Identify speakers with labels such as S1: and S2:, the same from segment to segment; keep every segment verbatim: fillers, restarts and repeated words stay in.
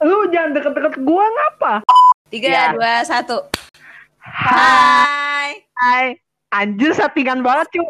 S1: Lu jangan deket-deket gua ngapa?
S2: Tiga,
S1: Ya.
S2: dua, satu. Hai.
S1: Hai. Anjir settingan banget cuy.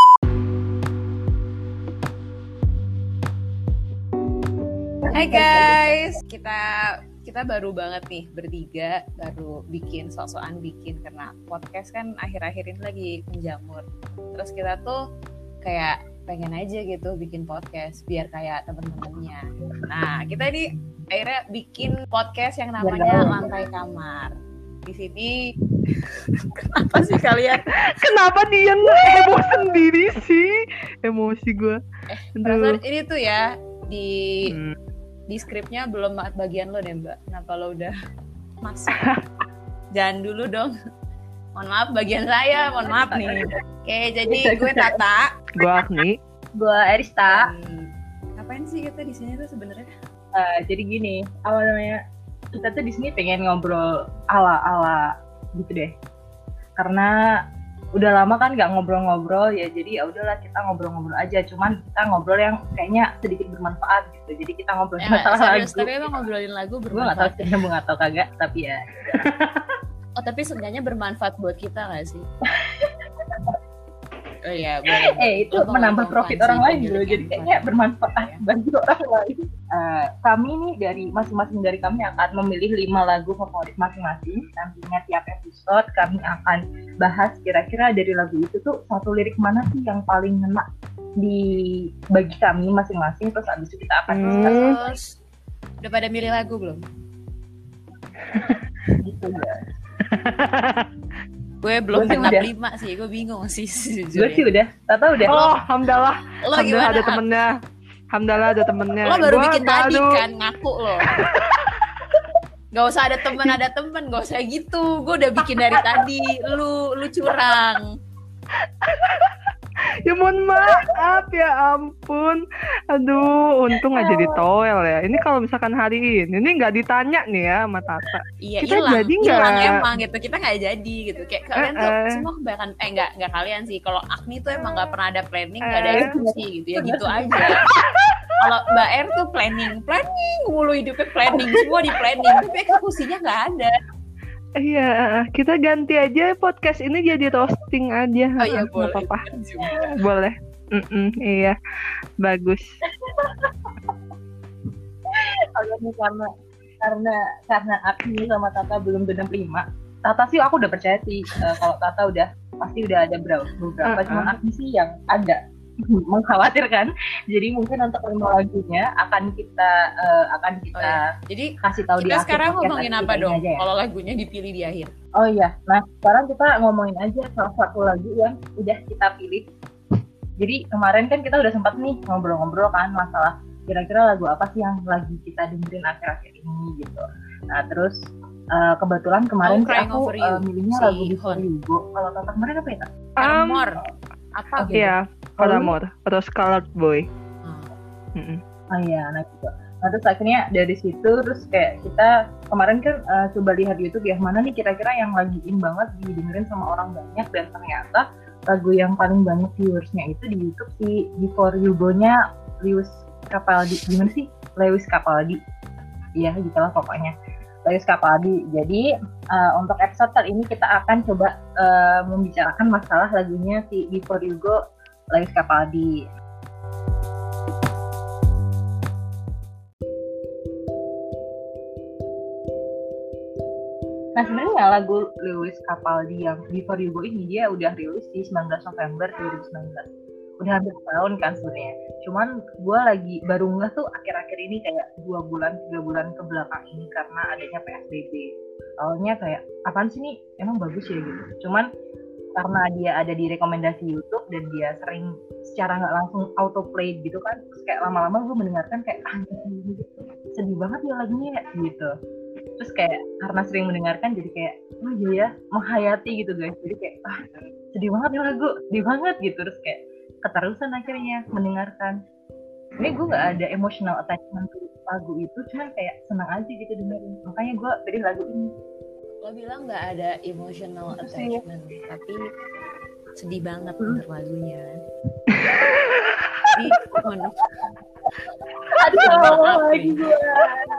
S2: Hai guys. Kita kita baru banget nih bertiga baru bikin sok-sokan bikin karena podcast kan akhir-akhir ini lagi menjamur. Terus kita tuh kayak pengen aja gitu bikin podcast biar kayak temen-temennya. Nah, kita ini akhirnya bikin podcast yang namanya Lantai Kamar. Di sini kenapa sih kalian?
S1: Kenapa dia heboh sendiri sih? Emosi gue.
S2: Eh, perasaan ini tuh ya di hmm. di skripnya belum bagian lo deh Mbak. Kenapa lo udah masuk? Jangan dulu dong. Mohon maaf bagian saya, mohon maaf nih. Oke, jadi gue Tata,
S1: gue Agni,
S3: gue Erista.
S2: Hmm, ngapain sih kita di sini tuh sebenarnya?
S3: Uh, jadi gini, awal namanya kita tuh di sini pengen ngobrol ala-ala gitu deh. Karena udah lama kan nggak ngobrol-ngobrol ya, jadi ya udahlah kita ngobrol-ngobrol aja. Cuman kita ngobrol yang kayaknya sedikit bermanfaat gitu. Jadi kita ngobrol
S2: eh,
S3: masalah
S2: serius,
S3: lagu.
S2: Tapi emang ngobrolin lagu bermanfaat.
S3: Gue nggak tahu sih nyambung atau kagak, tapi ya.
S2: Oh tapi seenggaknya bermanfaat buat kita nggak sih? Oh iya, boleh.
S3: Eh itu Contoh menambah profit orang lain loh, jadi kayaknya bermanfaat ya. Bagi orang lain. Uh, kami nih dari masing-masing dari kami akan memilih lima lagu favorit masing-masing. Nantinya tiap episode kami akan bahas kira-kira dari lagu itu tuh satu lirik mana sih yang paling ngena di bagi kami masing-masing. Terus abis itu kita akan
S2: terus hmm. udah pada milih lagu belum?
S3: Gitu ya.
S2: Gue belum genap lima sih, gue bingung sih.
S3: Gue sih udah, Tata udah.
S1: Oh, alhamdulillah.
S2: Lo
S1: alhamdulillah ada temennya. Alhamdulillah ada temennya.
S2: Lo baru
S1: gua,
S2: bikin tadi
S1: aduh.
S2: kan, ngaku lo. Gak usah ada temen, ada temen, gak usah gitu. Gue udah bikin dari tadi, lu lu curang.
S1: Ya mohon maaf ya ampun. Aduh, untung aja di toel ya. Ini kalau misalkan hari ini ini nggak ditanya nih ya sama Tata.
S2: Iya,
S1: kita
S2: ilang,
S1: jadi
S2: ilang
S1: nggak?
S2: emang gitu. Kita nggak jadi gitu. Kayak kalian tuh
S1: eh,
S2: semua kebanyakan eh nggak nggak kalian sih. Kalau Agni tuh emang nggak pernah ada planning, nggak ada eksekusi gitu ya gitu aja. Kalau Mbak R tuh planning, planning mulu hidupnya planning, semua di planning, tapi eksekusinya nggak ada.
S1: Iya, kita ganti aja podcast ini jadi roasting aja.
S2: Oh iya boleh.
S1: Apa-apa. Boleh. Mm-mm, iya, bagus.
S3: Kalau karena karena karena Agni sama Tata belum genap lima. Tata sih aku udah percaya sih uh, kalau Tata udah pasti udah ada beberapa, beberapa uh-uh. Cuma Agni sih yang ada mengkhawatirkan. Jadi mungkin untuk lima lagunya akan kita uh, akan kita
S2: oh, iya. Jadi
S3: kasih tahu di akhir.
S2: Kita sekarang ngomongin apa dong?
S3: Ya.
S2: Kalau lagunya dipilih di akhir.
S3: Oh iya. Nah, sekarang kita ngomongin aja salah satu lagu yang udah kita pilih. Jadi kemarin kan kita udah sempat nih ngobrol-ngobrol kan masalah kira-kira lagu apa sih yang lagi kita dengerin akhir-akhir ini gitu. Nah, terus uh, kebetulan kemarin
S2: oh,
S3: aku uh, milihnya si lagu Before You Go. Kalau Tata kemarin apa ya, Tata?
S2: Paramore. Um, apa gitu?
S1: Iya, Paramore, Rose Colored Boy.
S2: Hmm.
S3: Oh iya, nah gitu. Nah terus akhirnya dari situ terus kayak kita kemarin kan uh, coba lihat YouTube ya mana nih kira-kira yang lagi in banget didengerin sama orang banyak, dan ternyata lagu yang paling banyak viewersnya itu di YouTube si Before You Go-nya Lewis Capaldi. Gimana sih? Lewis Capaldi. Iya, gitulah pokoknya. Lewis Capaldi. Jadi uh, untuk episode kali ini kita akan coba uh, membicarakan masalah lagunya si Before You Go Lewis Capaldi. Nah sebenarnya lagu Lewis Capaldi yang Before You Go ini dia udah rilis di sembilan belas November dua ribu sembilan belas. Udah hampir setahun kan sebenarnya. Cuman gue lagi baru ngeh tuh akhir-akhir ini kayak dua bulan, tiga bulan ke belakang ini karena adanya P S B B. Awalnya kayak apaan sih nih? Emang bagus ya gitu. Cuman karena dia ada di rekomendasi YouTube dan dia sering secara nggak langsung autoplay gitu kan, terus kayak lama-lama gue mendengarkan kayak ah gitu. Sedih banget ya lagunya gitu. Terus kayak karena sering mendengarkan jadi kayak oh iya ya menghayati gitu guys, jadi kayak ah sedih banget nih lagu, sedih banget gitu. Terus kayak keterusan akhirnya mendengarkan. Ini gue nggak ada emotional attachment ke lagu itu, cuman kayak senang aja gitu dengerin, makanya gue pilih lagu ini.
S2: Lo bilang nggak ada emotional itu attachment sih. Tapi sedih banget hmm. denger lagunya. Jadi,
S3: aduh lagi gue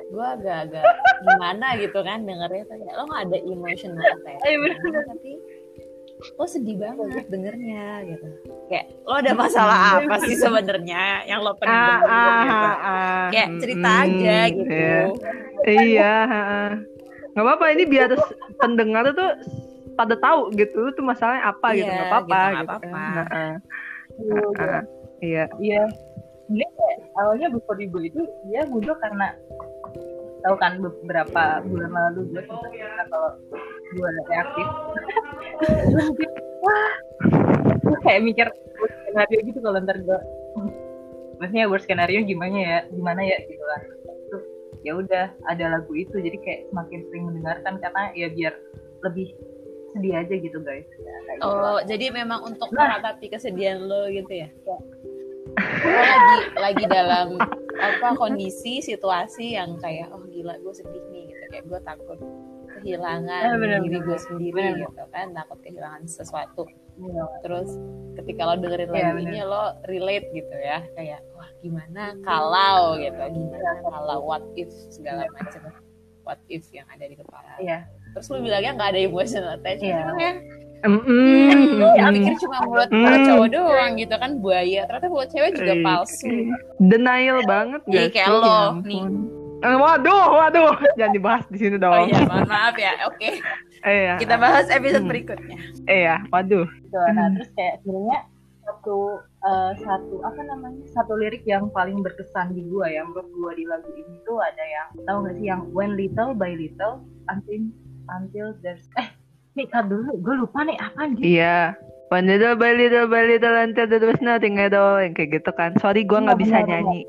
S2: gue agak-agak gimana gitu kan dengernya tuh ya, lo nggak ada emotional attachment tapi lo sedih banget dengernya gitu, kayak lo ada masalah apa sih sebenarnya yang lo pendem
S1: Ah,
S2: gitu,
S1: ah, ah,
S2: kayak
S1: mm,
S2: cerita aja
S1: mm,
S2: gitu.
S1: iya. Iya, ah. Nggak apa-apa, ini biar s- pendengar tuh pada tahu gitu tuh masalahnya apa gitu,
S2: Iya,
S1: nggak apa-apa
S2: gitu, nggak
S1: gitu kan.
S2: apa-apa.
S1: Nah, ah,
S3: Iya,
S1: ah, ah. Iya.
S3: Iya, dia kayak awalnya Before You Go itu dia muncul karena tahu kan beberapa bulan lalu gue sempat cerita kalau gue reaktif. Gue mikir, wah, gue kayak mikir worst skenario gitu kalau ntar gue, maksudnya worst skenario gimana ya, gimana ya gitu kan. Terus ya udah ada lagu itu, jadi kayak semakin sering mendengarkan karena ya biar lebih sedih aja gitu guys. Ya, kayak gitu lah.
S2: Oh, jadi memang untuk
S3: Nah.
S2: meratapi kesedihan lo gitu ya? Lo lagi lagi dalam apa kondisi situasi yang kayak oh gila gue sedih nih gitu, kayak gue takut kehilangan
S3: Eh, bener,
S2: diri
S3: bener.
S2: gue sendiri
S3: Bener.
S2: gitu kan, takut kehilangan sesuatu.
S3: Iya.
S2: Terus ketika lo dengerin
S3: Iya,
S2: lagu
S3: bener.
S2: ini lo relate gitu ya, kayak wah gimana kalau gitu, gimana kalau what if segala macam what if yang ada di kepala.
S3: Iya.
S2: Terus lo bilangnya nggak ada emotional attachment
S3: Iya.
S2: emang ya?
S1: Mm-mm.
S2: Ya pikir cuma buat
S1: Hmm.
S2: buat cowok doang gitu kan, buaya. Ternyata buat cewek juga
S1: Eh,
S2: palsu.
S1: Denial banget
S2: Iya,
S1: guys.
S2: kayak
S1: tuh,
S2: lo,
S1: ya
S2: nih.
S1: ampun. Eh, waduh, waduh, jangan dibahas di sini
S2: Oh
S1: dong.
S2: iya, mohon maaf ya. Oke,
S1: Eh, ya.
S2: kita bahas episode
S1: Hmm.
S2: berikutnya.
S1: Eh ya, waduh.
S3: Gitu. Nah terus kayak sebenarnya satu eh, satu apa namanya satu lirik yang paling berkesan di gua ya, menurut gua di lagu ini tuh ada yang tahu nggak sih yang when little by little until until there's eh nih tar dulu gue lupa nih apaan gitu.
S1: Iya. One little by little by little until there was nothing at all, yang kayak gitu kan. Sorry, gua nggak
S3: Iya,
S1: bisa
S3: benar,
S1: nyanyi.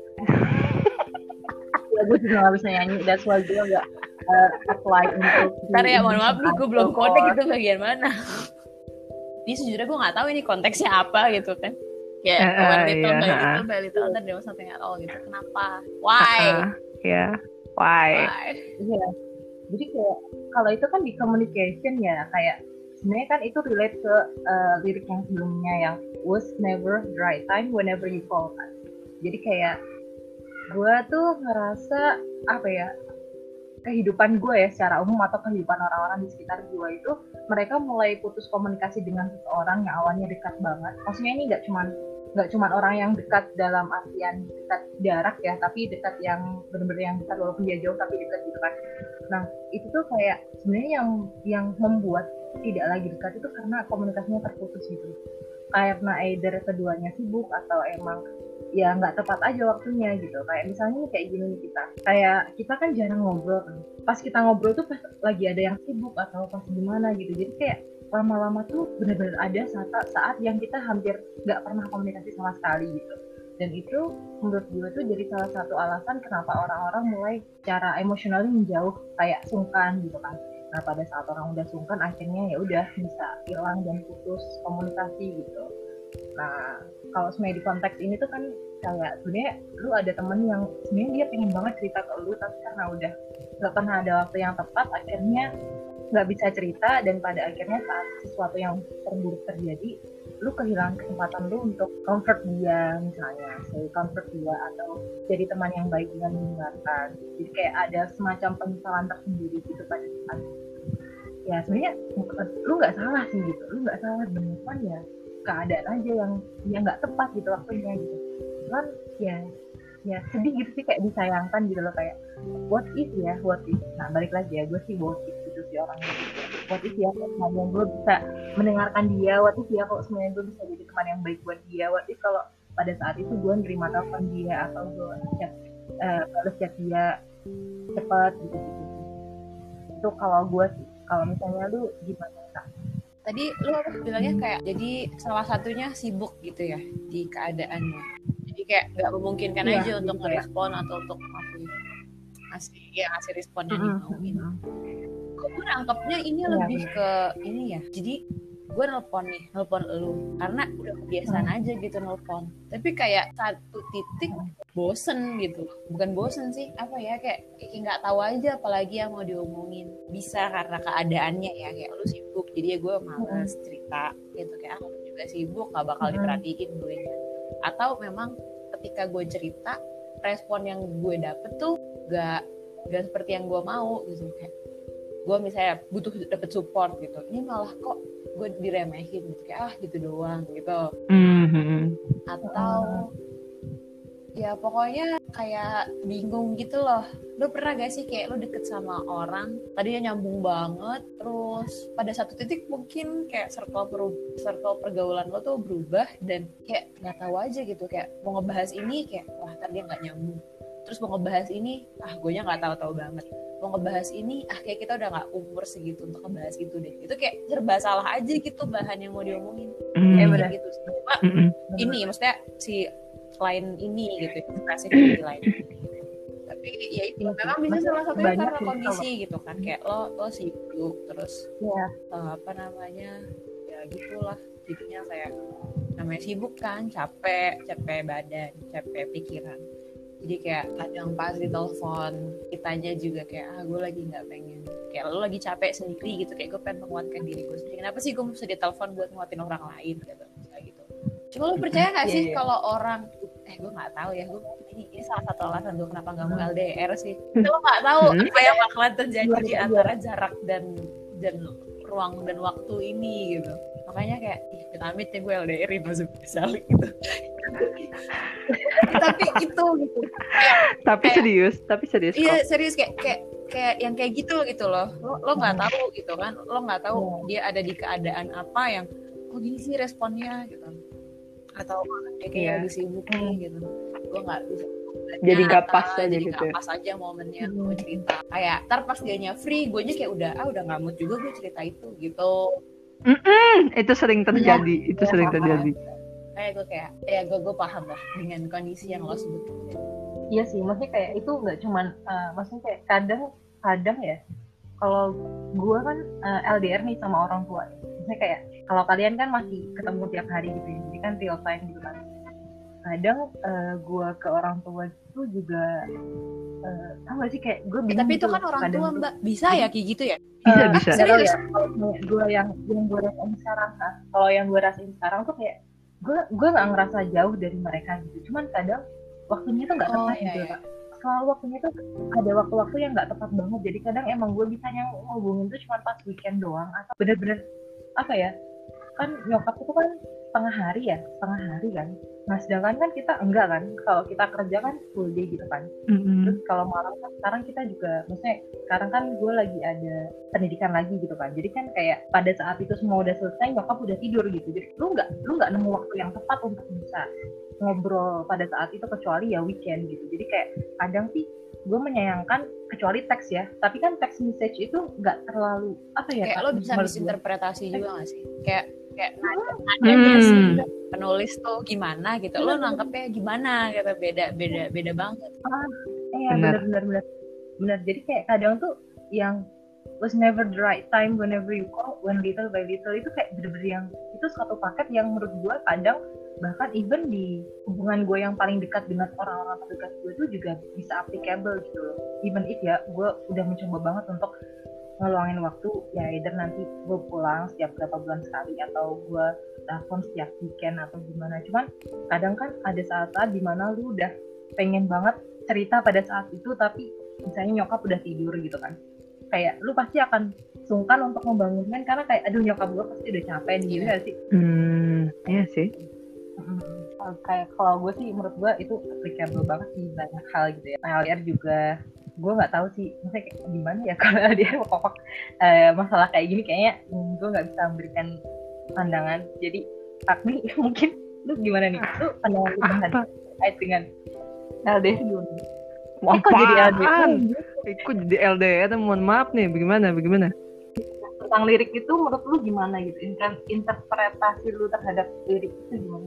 S3: Ya gue juga nggak bisa nyanyi, that's why gue nggak eh, apply untuk.
S2: Ntar ya, mohon maaf nih, gue belum
S3: Untuk-
S2: connect itu bagian mana. Ini sejujurnya gue nggak tahu ini konteksnya apa gitu kan. Kayak
S1: Eh, eh,
S2: one little
S1: iya,
S2: by
S1: ha.
S2: little by little until there was nothing at all gitu. Kenapa? Why?
S1: Ah, ya. Why?
S2: Why?
S3: Iya. Jadi kayak kalau itu kan di communication ya, kayak sebenarnya kan itu relate ke uh, lirik yang sebelumnya yang was never the right time whenever you call kan. Jadi kayak gue tuh ngerasa apa ya, kehidupan gue ya secara umum atau kehidupan orang-orang di sekitar gue itu mereka mulai putus komunikasi dengan seseorang yang awalnya dekat banget. Maksudnya ini nggak cuman nggak cuman orang yang dekat dalam artian dekat jarak ya, tapi dekat yang benar-benar yang dekat walaupun dia jauh tapi dekat gitu kan. Nah itu tuh kayak sebenarnya yang yang membuat tidak lagi dekat itu karena komunikasinya terputus gitu. Karena either keduanya sibuk atau emang ya nggak tepat aja waktunya gitu. Kayak misalnya nih kayak gini nih kita, kayak kita kan jarang ngobrol kan. Pas kita ngobrol tuh pas lagi ada yang sibuk atau pas gimana gitu. Jadi kayak lama-lama tuh benar-benar ada saat-saat yang kita hampir nggak pernah komunikasi sama sekali gitu. Dan itu menurut gue tuh jadi salah satu alasan kenapa orang-orang mulai secara emosionalnya menjauh, kayak sungkan gitu kan. Nah pada saat orang udah sungkan akhirnya ya udah bisa hilang dan putus komunikasi gitu. Nah kalau sebenarnya di konteks ini tuh kan kayak sebenarnya lu ada temen yang sebenarnya dia pengen banget cerita ke lu, tapi karena udah nggak pernah ada waktu yang tepat akhirnya nggak bisa cerita, dan pada akhirnya saat sesuatu yang terburuk terjadi lu kehilangan kesempatan lu untuk comfort dia, misalnya say comfort dia atau jadi teman yang baik dengan mendengarkan. Jadi kayak ada semacam penyesalan tersendiri gitu pada saat ya sebenarnya lu nggak salah sih gitu, lu nggak salah beneran ya keadaan aja yang ya nggak tepat gitu waktunya gitu. Cuman ya ya sedih gitu sih, kayak disayangkan gitu loh, kayak what if ya what if. Nah balik lagi ya, gue sih what if gitu sih orangnya gitu. What if ya kalau semuanya gue bisa mendengarkan dia, what if ya kalau semuanya gue bisa jadi teman yang baik buat dia, what if kalau pada saat itu gue nerima telepon dia atau gue chat uh, balas chat dia cepat gitu gitu. Itu kalau gue sih. Kalau misalnya lu gimana Kak?
S2: Tadi lu apa bilangnya kayak jadi salah satunya sibuk gitu ya di keadaannya. Jadi kayak nggak memungkinkan
S3: Iya,
S2: aja untuk
S3: jadi kayak-
S2: merespon atau untuk ngasih ngasih ya ngasih respon yang dimauin. Kok gue nangkepnya ini
S3: Iya,
S2: lebih
S3: bener.
S2: ke ini ya. Jadi gue nelpon nih, nelpon lu karena udah kebiasaan
S3: Hmm.
S2: aja gitu nelpon. Tapi kayak satu titik bosen gitu. Bukan bosen sih, apa ya kayak kayak nggak tahu aja apalagi yang mau diomongin. Bisa karena keadaannya ya, kayak lu sibuk jadi ya gue males cerita gitu, kayak ah, lu juga sibuk nggak bakal
S3: Hmm.
S2: diperhatiin gue. Atau memang ketika gue cerita respon yang gue dapet tuh gak nggak seperti yang gue mau gitu. Kayak gue misalnya butuh dapet support gitu, ini malah kok gue diremehin gitu, kayak ah gitu doang gitu.
S1: Mm-hmm.
S2: Atau ya pokoknya kayak bingung gitu loh. Lo pernah gak sih kayak lo deket sama orang, tadinya nyambung banget, terus pada satu titik mungkin kayak circle per, circle pergaulan lo tuh berubah, dan kayak nggak tahu aja gitu, kayak mau ngebahas ini kayak wah tadi nggak nyambung, terus mau ngebahas ini ah gue nya nggak tahu-tahu banget, mau ngebahas ini ah kayak kita udah nggak umur segitu untuk ngebahas itu deh. Itu kayak serba salah aja gitu bahan yang mau diomongin.
S1: Mm.
S2: Kayak
S3: bener.
S2: gitu. Cuma
S1: Mm-mm.
S2: ini maksudnya si lain ini gitu, spesifik di lain. Tapi ya itu memang bisa salah satunya
S3: Banyak
S2: karena
S3: sih
S2: kondisi gitu kan, kayak lo lo sibuk terus
S3: Iya.
S2: uh, apa namanya ya gitulah, jadinya kayak namanya sibuk kan, capek capek badan, capek pikiran. Jadi kayak kadang pas di telepon kitanya juga kayak ah gue lagi nggak pengen, kayak lo lagi capek sendiri gitu, kayak gue pengen menguatkan diri gue sendiri, kenapa sih gue mesti ditelepon buat nguatin orang lain gitu, kayak gitu. Cuma lo percaya nggak sih
S3: Yeah.
S2: kalau orang eh gue nggak tahu ya, gue ini, ini salah satu alasan gue kenapa nggak mau L D R sih. Lo nggak tahu
S1: Hmm.
S2: apa yang bakalan terjadi di
S3: Iya.
S2: antara jarak dan dan ruang dan waktu ini gitu. Makanya kayak ih amit ya gue L D R masuk saling gitu. Tapi itu gitu. Kayak,
S1: Tapi
S2: kayak-
S1: serius, tapi serius kok.
S2: iya serius kayak kayak kayak yang kayak gitu gitu loh. Lo lo nggak tahu gitu kan. Lo nggak tahu
S3: Iya.
S2: dia ada di keadaan apa yang kok gini sih responnya gitu. Atau dia kayak
S1: Iya.
S2: lagi sibuk nih gitu. Gue nggak bisa.
S1: Jadi nggak pas
S2: Nyata,
S1: aja
S2: jadi
S1: gitu
S2: nggak
S1: ya.
S2: pas aja momennya gue cerita. Kayak ntar pas dianya free, gue nya kayak udah ah udah nggak mood juga gue cerita itu gitu.
S1: Mm-mm. Itu sering terjadi, itu sering
S3: Iya.
S1: terjadi.
S2: Kayak gue kayak ya gue gue paham lah dengan kondisi yang lo sebut.
S3: Iya sih, maksudnya kayak itu nggak cuman, uh, maksudnya kayak kadang kadang ya, kalau gue kan uh, L D R nih sama orang tua, maksudnya kayak kalau kalian kan masih ketemu tiap hari gitu ya, jadi kan real time gitu kan. Kadang uh, gue ke orang tua itu juga, uh, tau gak sih kayak gue
S2: Ya,
S3: bingung
S2: tapi itu
S3: gitu
S2: kan
S3: loh,
S2: orang
S3: kadang
S2: tua
S3: tuh.
S2: mbak, bisa ya kayak gitu ya?
S1: Bisa,
S3: Eh,
S1: bisa.
S3: nggak tahu
S2: Serius?
S3: ya, kalau gue yang yang gue rasain sekarang kan, kalau yang gue rasain sekarang tuh kayak gue gue nggak ngerasa jauh dari mereka gitu, cuman kadang waktunya tuh nggak
S2: Oh,
S3: tepat
S2: iya,
S3: gitu
S2: iya.
S3: Kak. Selalu waktunya tuh ada waktu-waktu yang nggak tepat banget, jadi kadang emang gue bisanya ngubungin tuh cuma pas weekend doang, atau bener-bener apa ya, kan nyokap itu kan setengah hari ya setengah hari kan, nah sedangkan kan kita enggak kan, kalau kita kerja kan full day gitu kan.
S1: Mm-mm.
S3: Terus kalau malam kan sekarang kita juga, maksudnya sekarang kan gue lagi ada pendidikan lagi gitu kan. Jadi kan kayak pada saat itu semua udah selesai, nyokap udah tidur gitu. Jadi lu nggak lu nggak nemu waktu yang tepat untuk bisa ngobrol pada saat itu kecuali ya weekend gitu. Jadi kayak kadang sih gue menyayangkan kecuali teks ya. Tapi kan teks message itu nggak terlalu apa ya?
S2: Kayak
S3: Kak,
S2: lo bisa
S3: menurut gue.
S2: misinterpretasi juga nggak sih? Kayak kayak nada
S1: Hmm.
S2: nadanya sih penulis tuh gimana gitu. Lo nangkepnya gimana gitu, beda beda beda banget.
S3: Iya
S1: Benar.
S3: benar benar benar. Jadi kayak kadang tuh yang was never the right time whenever you call, when little by little itu kayak bener-bener yang itu satu paket yang menurut gue kadang bahkan even di hubungan gue yang paling dekat dengan orang-orang terdekat gue itu juga bisa applicable gitu loh. Even if ya gue udah mencoba banget untuk ngeluangin waktu ya, either nanti gue pulang setiap berapa bulan sekali atau gue telepon setiap weekend atau gimana. Cuman kadang kan ada saat-saat dimana lu udah pengen banget cerita pada saat itu, tapi misalnya nyokap udah tidur gitu kan, kayak lu pasti akan sungkan untuk membangunkan karena kayak aduh nyokap gue pasti udah capek nih, gitu nggak sih?
S1: Hmm, iya sih.
S3: Mm-mm. Kayak kalau gue sih menurut gue itu applicable banget sih banyak hal gitu ya. Nah L D R juga gue nggak tahu sih maksudnya kayak gimana ya kalau L D R pokok eh, masalah kayak gini kayaknya hmm, gue nggak bisa memberikan pandangan. Jadi Agni mungkin lu gimana nih? Lu pandangan lu
S1: Apa?
S3: terkait dengan L D R gimana?
S1: Wah,
S3: Eh, kok jadi L D R?
S1: apaan? Ikut di L D R, mohon maaf nih, bagaimana, bagaimana?
S3: Tentang lirik itu menurut lu gimana gitu? Inter- interpretasi lu terhadap lirik itu gimana?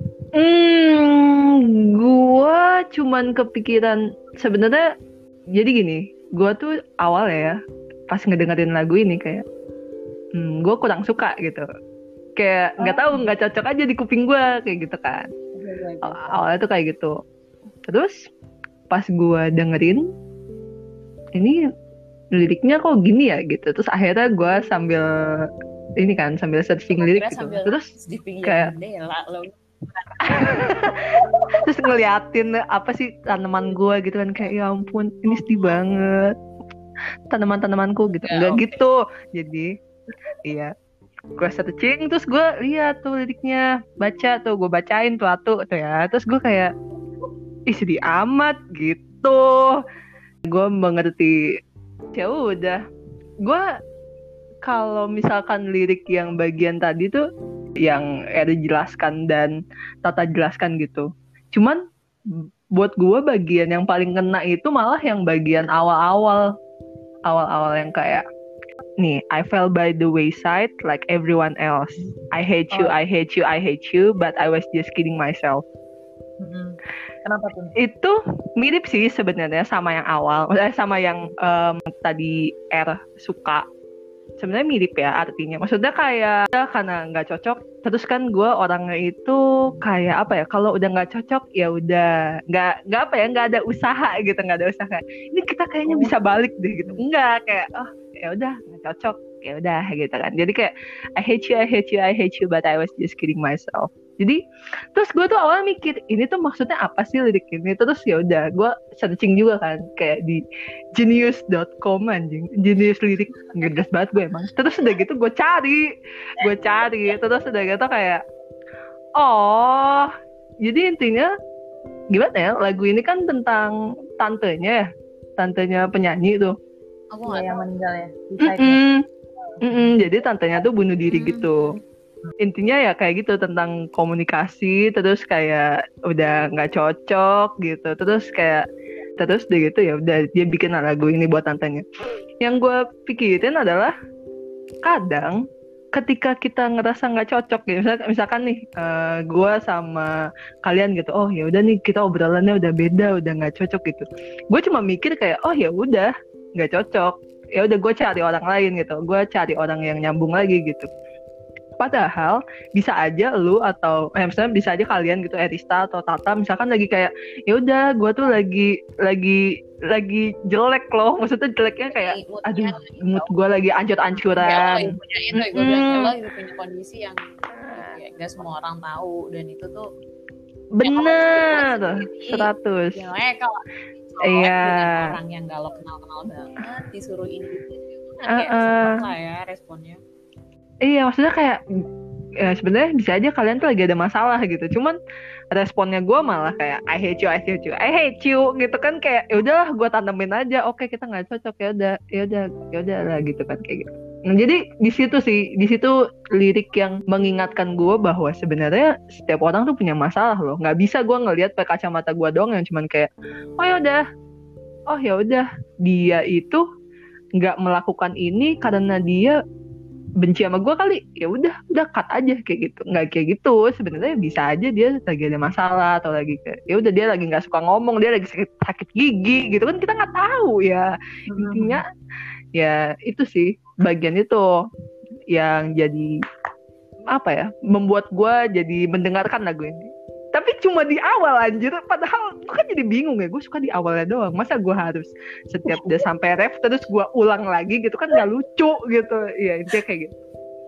S1: Hmm, gua cuman kepikiran sebenarnya. Jadi gini, gua tuh awal ya pas ngedengerin lagu ini kayak, hmm, gua kurang suka gitu. Kayak nggak tahu, nggak cocok aja di kuping gua kayak gitu kan. Aw- Awalnya tuh kayak gitu. Terus pas gua dengerin, ini liriknya kok gini ya gitu. Terus akhirnya gua sambil ini kan sambil searching lirik
S2: Kira
S1: gitu.
S2: sambil
S1: Terus
S2: di pinggir
S1: kayak-
S2: jendela lo.
S1: Terus ngeliatin apa sih tanaman gue gitu kan, kayak ya ampun ini sedih banget tanaman-tanamanku gitu.
S2: Ya,
S1: Enggak
S2: oke.
S1: gitu. Jadi iya, gue searching terus gue lihat tuh liriknya, baca tuh, gue bacain tuh atu tuh ya. Terus gue kayak ih sedih amat gitu. Gue mengerti. Ya udah, gue kalau misalkan lirik yang bagian tadi tuh yang Eri jelaskan dan Tata jelaskan gitu, cuman buat gue bagian yang paling kena itu malah yang bagian awal-awal awal-awal yang kayak nih, I fell by the wayside like everyone else. I hate you,
S3: Oh.
S1: I hate you, I hate you, but I was just kidding myself.
S3: Mm-mm. Kenapa tuh?
S1: Itu mirip sih sebenarnya sama yang awal, eh, sama yang um, tadi R suka. Sebenarnya mirip ya artinya. Maksudnya kayak ya, karena nggak cocok. Terus kan gue orangnya itu kayak apa ya? Kalau udah nggak cocok ya udah nggak nggak apa ya? Nggak ada usaha gitu, nggak ada usaha. Ini kita kayaknya bisa balik deh gitu. Enggak, kayak oh ya udah nggak cocok ya udah gitu kan. Jadi kayak I hate you, I hate you, I hate you, but I was just kidding myself. Jadi terus gue tuh awalnya mikir ini tuh maksudnya apa sih lirik ini. Terus ya udah gue searching juga kan kayak di genius dot com anjing, Genius lirik, ngedes banget gue emang. Terus udah gitu gue cari, gue cari, terus udah gitu kayak, oh, jadi intinya gimana ya? Lagu ini kan tentang tantenya, ya, tantenya penyanyi tuh.
S2: Aku
S3: Iya,
S2: nggak
S3: yang
S2: tahu.
S3: meninggal ya. Suicide ya.
S1: Mm-mm. Mm-mm. Jadi tantenya tuh bunuh diri
S2: Hmm.
S1: gitu. Intinya ya kayak gitu tentang komunikasi, terus kayak udah nggak cocok gitu, terus kayak terus udah gitu ya udah dia bikin lagu ini buat tantenya. Yang gue pikirin adalah kadang ketika kita ngerasa nggak cocok gitu, misalkan, misalkan nih uh, gue sama kalian gitu, oh ya udah nih kita obrolannya udah beda, udah nggak cocok gitu. Gue cuma mikir kayak oh ya udah nggak cocok, ya udah gue cari orang lain gitu, gue cari orang yang nyambung lagi gitu. Padahal bisa aja lu atau eh, misalnya bisa aja kalian gitu, Erista atau Tata misalkan lagi kayak ya udah gue tuh lagi lagi lagi jelek loh, maksudnya jeleknya kayak aduh mood gue lagi ancur-ancuran.
S2: Ya, lo punya itu, gue bilang ya, lo lagi punya kondisi yang ya, gak semua orang tahu, dan itu tuh
S1: bener
S2: ya,
S1: seratus.
S2: Ya, kalau
S1: iya
S2: dengan orang yang gak lo kenal-kenal banget disuruh ini gitu, kan kayak
S1: uh-uh.
S2: seneng lah ya responnya.
S1: Iya, maksudnya kayak ya sebenarnya bisa aja kalian tuh lagi ada masalah gitu. Cuman responnya gue malah kayak I hate you, I hate you, I hate you gitu kan, kayak ya udahlah gue tanemin aja. Oke, kita nggak cocok ya udah, ya udah, ya udah lah gitu kan kayak gitu. Nah, jadi di situ sih, di situ lirik yang mengingatkan gue bahwa sebenarnya setiap orang tuh punya masalah loh. Nggak bisa gue ngelihat pakai kacamata gue doang yang cuman kayak oh ya udah, oh ya udah dia itu nggak melakukan ini karena dia benci sama gue kali, ya udah udah cut aja kayak gitu. Nggak kayak gitu, sebenarnya bisa aja dia lagi ada masalah atau lagi kayak ya udah dia lagi nggak suka ngomong, dia lagi sakit sakit gigi gitu kan, kita nggak tahu ya. Intinya ya itu sih bagian itu yang jadi apa ya, membuat gue jadi mendengarkan lagu ini. Tapi cuma di awal anjir, padahal gue kan jadi bingung ya, gue suka di awalnya doang, masa gue harus setiap udah sampai ref terus gue ulang lagi gitu kan, gak lucu gitu ya, intinya kayak gitu.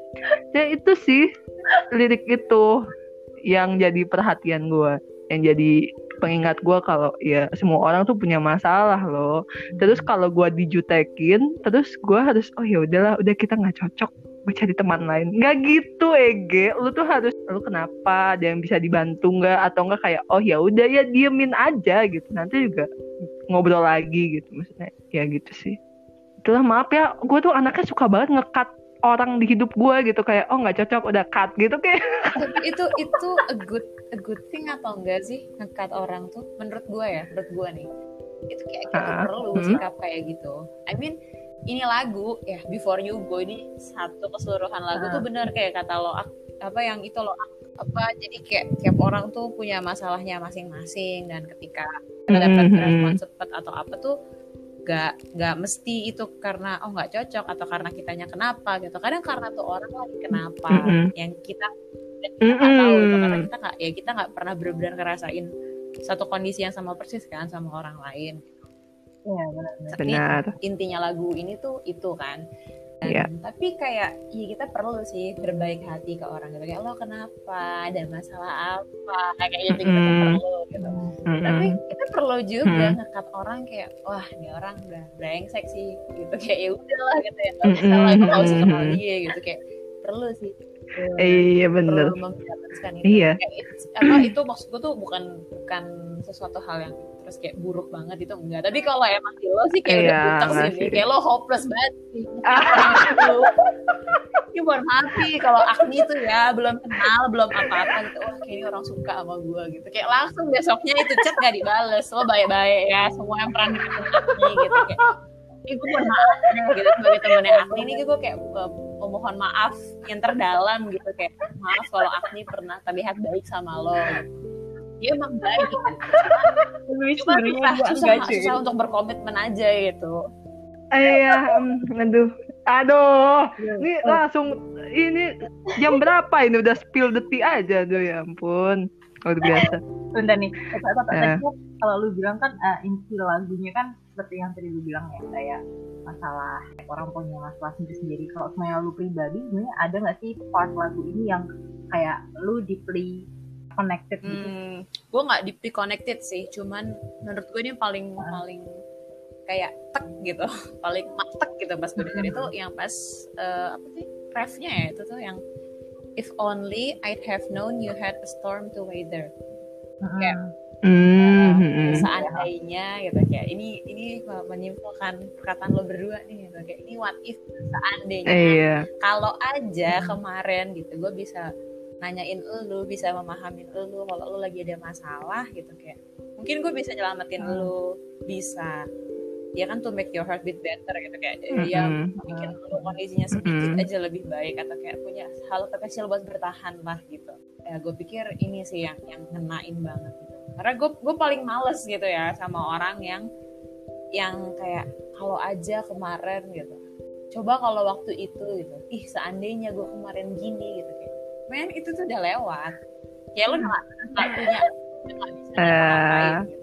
S1: Ya itu sih lirik itu yang jadi perhatian gue, yang jadi pengingat gue kalau ya semua orang tuh punya masalah loh. Terus kalau gue dijutekin terus gue harus oh ya udahlah, udah kita nggak cocok, gue cari teman lain. Nggak gitu Ege, lu tuh harus lu kenapa, ada yang bisa dibantu nggak, atau nggak kayak oh ya udah ya diemin aja gitu, nanti juga ngobrol lagi gitu, maksudnya ya gitu sih. Itulah, maaf ya gue tuh anaknya suka banget nge-cut orang di hidup gue gitu, kayak oh nggak cocok udah cut gitu kayak.
S2: itu itu a good a good thing atau enggak sih nge-cut orang tuh, menurut gue ya, menurut gue nih itu kayak kita
S1: uh,
S2: perlu hmm. sikap kayak gitu. I mean ini lagu ya Before You Go ini satu keseluruhan lagu uh. tuh bener kayak kata lo apa yang itu lo apa, jadi kayak tiap orang tuh punya masalahnya masing-masing, dan ketika kita dapat mm-hmm. respon cepat atau apa tuh gak gak mesti itu karena oh nggak cocok atau karena kitanya kenapa gitu, kadang karena tuh orang lagi kenapa mm-hmm. yang kita kita nggak mm-hmm. tahu gitu, karena kita nggak ya kita nggak pernah benar-benar ngerasain satu kondisi yang sama persis kan sama orang lain gitu.
S3: Iya benar.
S1: Benar.
S2: Intinya lagu ini tuh itu kan
S1: Iya.
S2: Tapi kayak ya kita perlu sih berbaik hati ke orang gitu, kayak lo kenapa, ada masalah apa, kayak gitu kita
S1: Mm-mm.
S2: perlu gitu.
S1: Mm-mm.
S2: Tapi kita perlu juga
S1: Mm.
S2: ngekat orang kayak wah ini orang udah brengsek sih gitu, kayak ya udahlah gitu ya, nggak usah lah, gue nggak usah kenal
S1: Mm-mm.
S2: dia gitu, kayak perlu sih. Perlu-
S1: Iya bener.
S2: perlu membiarkan itu.
S1: Iya.
S2: Kayak it's- apa itu maksud gue tuh bukan bukan sesuatu hal yang terus kayak buruk banget itu enggak. Tapi kalau emang di lo sih kayak
S1: Iya,
S2: udah butek
S1: nggak
S2: sih,
S1: sih.
S2: kayak lo hopeless banget sih. Ini bukan mati kalau Agni itu ya belum kenal belum apa-apa gitu, wah kayak ini orang suka sama gue gitu, kayak langsung besoknya itu chat gak dibales, lo baik-baik ya semua yang pernah deketin Agni gitu, kayak ini gue mohon maaf ya gitu sebagai temennya Agni ini gue kayak uh, memohon maaf yang terdalam gitu, kayak maaf kalau Agni pernah terlihat baik sama lo gitu. Dia emang baik gitu. Cuma susah, susah, susah untuk berkomitmen aja gitu.
S1: Iya, um, aduh, aduh, ini langsung ini jam berapa ini udah spill the tea aja, aduh ya ampun, luar biasa.
S3: Bentar nih, apa apa
S1: Ya.
S3: tadi kalau lu bilang kan uh, inti lagunya kan seperti yang tadi lu bilang ya, kayak masalah orang punya masalah sendiri-sendiri. Kalau semuanya lu pribadi, sebenarnya ada nggak sih part lagu ini yang kayak lu deeply connected gitu?
S2: Hmm, gue nggak deeply connected sih, cuman menurut gue ini paling
S3: Uh.
S2: paling kayak tek gitu, paling matek gitu pas gue denger itu yang pas uh, apa sih refnya ya itu tuh yang if only I'd have known you had a storm to weather. Kayak
S1: Mm-hmm.
S2: seandainya gitu, kayak ini ini menyimpulkan perkataan lo berdua nih gitu, kayak ini what if seandainya
S1: Iya.
S2: kalau aja kemarin gitu gue bisa nanyain lu, bisa memahamin lu kalau lu lagi ada masalah gitu, kayak mungkin gue bisa nyelamatin
S3: Hmm.
S2: lu, bisa ya kan to make your heart beat better gitu, kayak
S1: Mm-mm.
S2: ya bikin lu kondisinya sedikit
S1: Mm-mm.
S2: aja lebih baik, atau kayak punya hal terkecil buat bertahan lah gitu. Ya gue pikir ini sih yang yang ngenain banget gitu, karena gue gue paling males gitu ya sama orang yang yang kayak kalau aja kemarin gitu, coba kalau waktu itu gitu, ih seandainya gue kemarin gini gitu, kayak men itu tuh udah lewat, kayak lo nggak nggak punya nggak bisa ngapain gitu.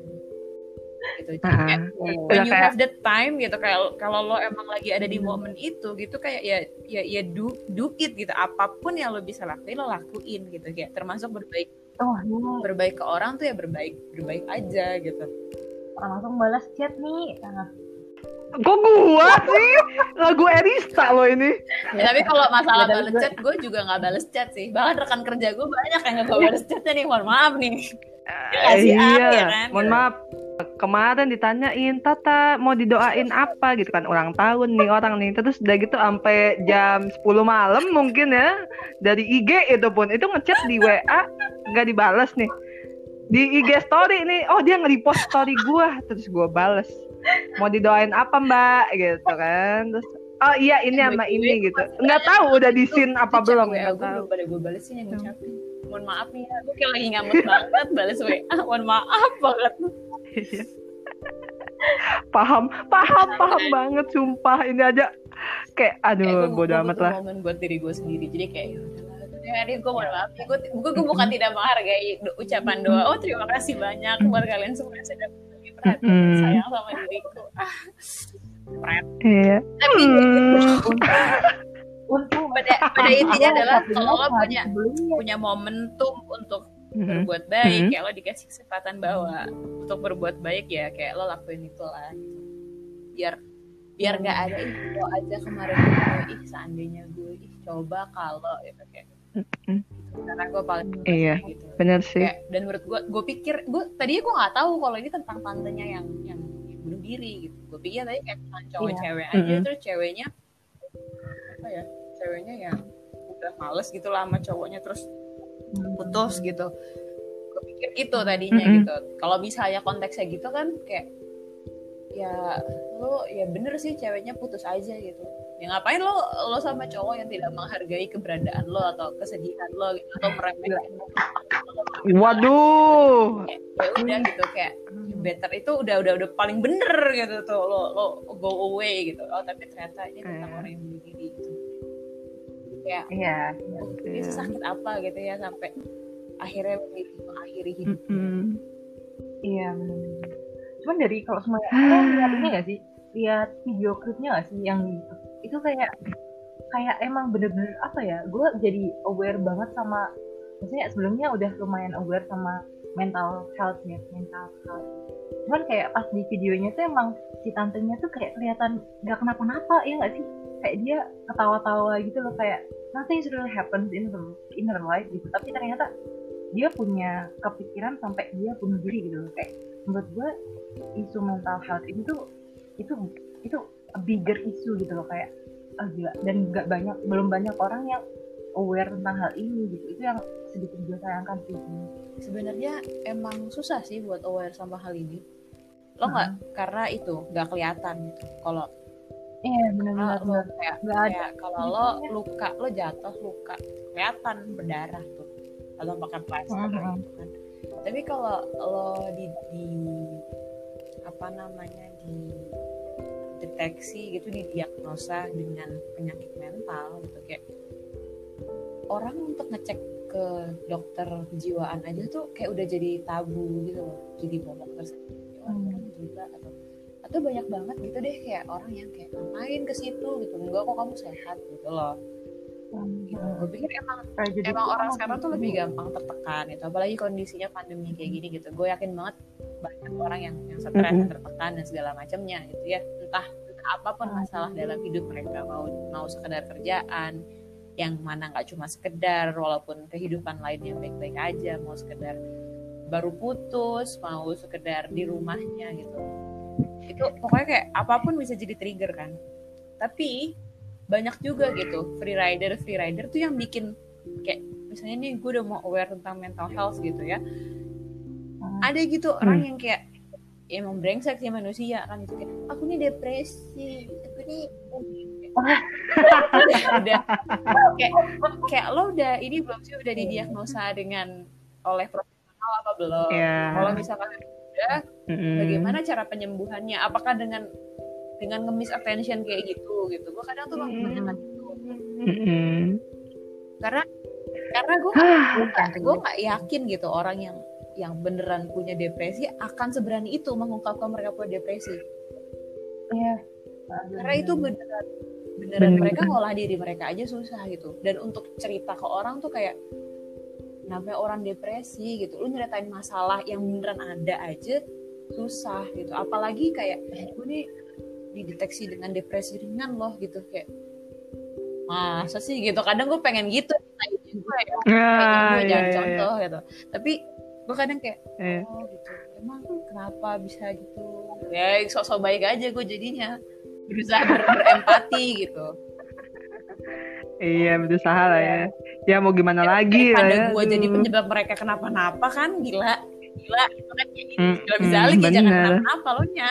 S2: Gitu. Jadi
S1: Uh-uh.
S2: kayak
S1: Udah
S2: when you
S1: kayak-
S2: have the time gitu, kayak kalau lo emang lagi ada di momen itu gitu, kayak ya ya ya do do it gitu, apapun yang lo bisa lakuin lo lakuin gitu, kayak termasuk berbaik
S3: Oh ini
S2: berbaik ke orang tuh ya berbaik berbaik aja gitu.
S3: langsung balas chat nih. Nah,
S1: Kok gua sih? Lagu Erista loh ini.
S2: Ya, tapi kalau masalah
S3: Ya, tapi
S2: balas
S3: gue-
S2: chat, gue juga nggak balas chat sih. Bahkan rekan kerja gue banyak yang nggak balas chatnya nih. Mohon maaf nih. Kasih
S1: iya,
S2: up, ya kan?
S1: mohon maaf. Kemarin ditanyain, Tata mau didoain apa gitu kan, ulang tahun nih orang nih. Terus udah gitu sampai jam sepuluh malam mungkin ya, dari I G itu pun itu ngechat di W A nggak dibales nih. Di I G story nih, oh dia nge-repost story gua, terus gua bales. Mau didoain apa Mbak gitu kan. Terus oh iya ini sama ini gitu. Nggak tahu udah di scene apa belum, nggak
S2: Gue
S1: tahu.
S2: belum pada gue balesin yang ngucapin. Mohon maaf nih ya, gue kayak lagi ngamuk banget balas W A. Mohon maaf banget.
S1: Iya. paham, paham, paham banget sumpah ini aja kayak aduh bodo amat lah.
S2: Momen buat diri gue sendiri. Jadi kayak ya udahlah, ya gue mohon maaf. Gue gue gue bukan tidak menghargai do- ucapan doa. Oh terima kasih banyak buat kalian semua yang sudah berbagi perhatian dan
S1: Mm-mm.
S2: sayang sama diriku. Ah, keren.
S1: Iya.
S2: Tapi
S1: Hmm.
S3: untuk
S2: pada pada intinya adalah kalau lo punya
S3: sebelumnya
S2: punya momentum untuk
S1: Mhm.
S2: berbuat baik,
S1: Mhm.
S2: kayak lo dikasih kesempatan bahwa untuk berbuat baik ya kayak lo lakuin itu lah gitu. biar biar nggak ada ih lo aja kemarin gue ih seandainya gue ih coba kalau gitu kayak
S1: Mhm.
S2: karena gue paling
S1: Iya,
S2: gitu
S1: bener sih.
S2: kayak, dan menurut gue gue pikir gue tadinya gue nggak tahu kalau ini tentang tantenya yang yang bunuh diri gitu. Gue pikir tadi kayak tentang cowok
S3: Iya.
S2: cewek aja,
S1: Mhm.
S2: terus ceweknya apa ya ceweknya yang udah males gitu lah sama cowoknya terus putus gitu. Gue pikir itu tadinya
S1: Mm-mm.
S2: gitu. Kalau misalnya konteksnya gitu kan kayak ya lo ya bener sih ceweknya putus aja gitu. Ya ngapain lo lo sama cowok yang tidak menghargai keberadaan lo atau kesedihan lo gitu, atau meremehkan lo.
S1: Waduh.
S2: Kayak, ya udah gitu kayak better itu udah udah udah paling bener gitu tuh lo lo go away gitu. Oh tapi ternyata ini tentang
S1: Eh.
S2: orang yang bunuh diri gitu. Kayak
S3: iya
S2: oh, ini
S1: Iya.
S2: sakit apa gitu ya sampai akhirnya memilih mengakhiri hidup.
S1: Mm-mm.
S3: iya benar. Cuman dari kalau semuanya lo lihat ini nggak sih, lihat video klipnya nggak sih yang di YouTube itu kayak kayak emang bener-bener apa ya, gue jadi aware banget sama, maksudnya sebelumnya udah lumayan aware sama mental health ya, mental health. Cuman kayak pas di videonya tuh emang si tantenya tuh kayak kelihatan gak kenapa-napa, ya nggak sih? Kayak dia ketawa-tawa gitu loh, kayak nothing really happens in her, in her life gitu. Tapi ternyata dia punya kepikiran sampai dia bunuh diri gitu loh. Kayak menurut gue isu mental health ini tuh itu itu a bigger issue gitu loh, kayak oh gila, dan nggak banyak, belum banyak orang yang aware tentang hal ini gitu. Itu yang sedikit gue sayangkan sih.
S2: Sebenarnya emang susah sih buat aware sama hal ini. Lo nggak, hmm. karena itu nggak kelihatan gitu. Kalau
S3: iya benar-benar
S2: lo kayak, kayak kalau lo luka, lo jatuh luka kelihatan berdarah tuh, atau pakai plaster uh-huh. gitu kan. Tapi kalau lo di, di apa namanya di deteksi gitu, didiagnosa dengan penyakit mental gitu, kayak orang untuk ngecek ke dokter kejiwaan aja tuh kayak udah jadi tabu gitu loh, jadi momok tersebut orang hmm. gila atau atau banyak banget gitu deh kayak orang yang kayak ngapain ke situ gitu, enggak kok kamu sehat gitu loh. Hmm. Gitu. Gue pikir emang nah, emang orang sekarang tuh lebih gampang tertekan gitu, apalagi kondisinya pandemi kayak gini gitu. Gue yakin banget banyak orang yang yang stres, mm-hmm. tertekan dan segala macamnya gitu ya, entah, entah apapun masalah dalam hidup mereka, mau mau sekedar kerjaan yang mana nggak cuma sekedar, walaupun kehidupan lainnya baik-baik aja, mau sekedar baru putus, mau sekedar di rumahnya gitu, itu pokoknya kayak apapun bisa jadi trigger kan. Tapi banyak juga gitu free rider free rider tuh yang bikin kayak misalnya nih gue udah mau aware tentang mental health gitu ya, ada gitu hmm. orang yang kayak ya emang brengsek sih manusia kan gitu, kayak aku nih depresi, aku nih udah kayak kayak lo udah ini belum sih, udah didiagnosa dengan oleh profesional apa belum? Yeah. Kalau misalkan udah, mm-hmm. bagaimana cara penyembuhannya? Apakah dengan dengan ngemis attention kayak gitu gitu? Gue kadang tuh menanyakan itu. Mm-hmm. Karena karena gue gue nggak yakin gitu orang yang yang beneran punya depresi akan seberani itu mengungkapkan mereka punya depresi. Iya. Yeah. Karena itu beneran beneran Bener. mereka ngolah diri mereka aja susah gitu, dan untuk cerita ke orang tuh kayak namanya orang depresi gitu, lu nyeritain masalah yang beneran ada aja susah gitu, apalagi kayak gue nih dideteksi dengan depresi ringan loh gitu, kayak masa sih gitu. Kadang gue pengen gitu gue ya, ah, gue jangan iya, contoh iya. gitu, tapi gue kadang kayak eh. oh gitu, emang kenapa bisa gitu ya, sok-sok baik aja gue jadinya, berusaha ber- berempati gitu.
S1: Iya, berusaha lah ya. Ya mau gimana ya, lagi lah ya.
S2: Gue jadi penyebab mereka kenapa-napa kan, gila. Gila itu kan kayak gitu. Hmm, gila bisa lagi hmm, jangan kenapa-napa lo nya.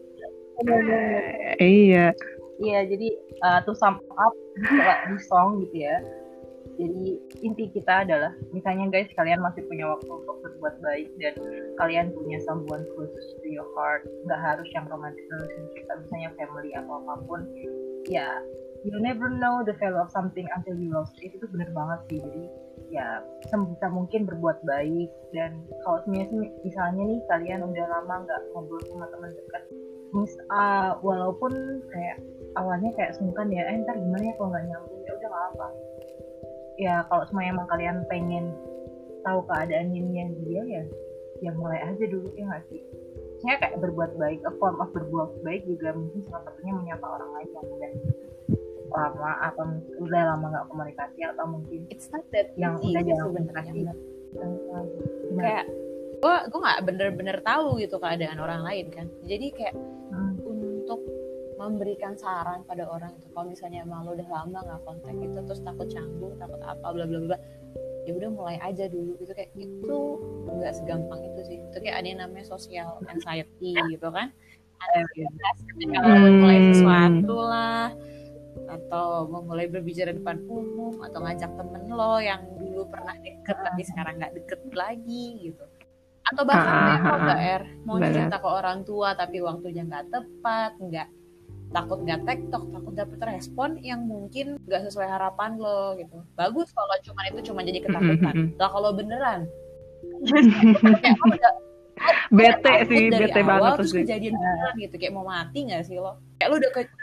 S1: Iya.
S3: Iya, jadi uh, to sum up di song gitu ya. Jadi inti kita adalah, misalnya guys, kalian masih punya waktu untuk berbuat baik dan kalian punya someone close to your heart, nggak harus yang romantic relationship, misalnya family atau apapun, ya you never know the value of something until you lost it. Itu benar banget sih. Jadi ya sebisa mungkin berbuat baik, dan kalau misalnya nih kalian udah lama nggak ngobrol sama teman dekat, mis uh, walaupun kayak awalnya kayak sungkan ya, eh ntar gimana ya kalau nggak nyambung, ya udah nggak apa. Ya kalau semua emang kalian pengen tahu keadaannya dia, ya ya mulai aja dulu, ya nggak sih. Maksudnya kayak berbuat baik, a form of berbuat baik juga mungkin salah satunya menyapa orang lain yang udah lama atau udah lama nggak komunikasi, atau mungkin
S2: it's not that
S3: yang udah jarang
S2: komunikasi. Kayak gue gue nggak bener-bener tahu gitu keadaan orang lain kan, jadi kayak hmm. untuk memberikan saran pada orang itu, kalau misalnya emang lo udah lama nggak kontak gitu, terus takut canggung, takut apa bla bla bla, ya udah mulai aja dulu gitu. Kayak itu nggak segampang itu sih. Itu kayak ada yang namanya social anxiety gitu kan, ada ketika lo mulai sesuatu lah, atau memulai berbicara depan umum, atau ngajak temen lo yang dulu pernah deket tapi sekarang nggak deket lagi gitu, atau bahkan kayak mau R mau cerita ke orang tua tapi waktunya nggak tepat, nggak takut nggak tektok, takut dapet respon yang mungkin nggak sesuai harapan lo gitu. Bagus kalau cuma itu cuma jadi ketakutan. Lah kalau beneran kayak lo udah
S1: bete sih, bete banget
S2: terus kejadian beneran gitu, kayak mau mati nggak sih lo? Kayak lo udah, ke, udah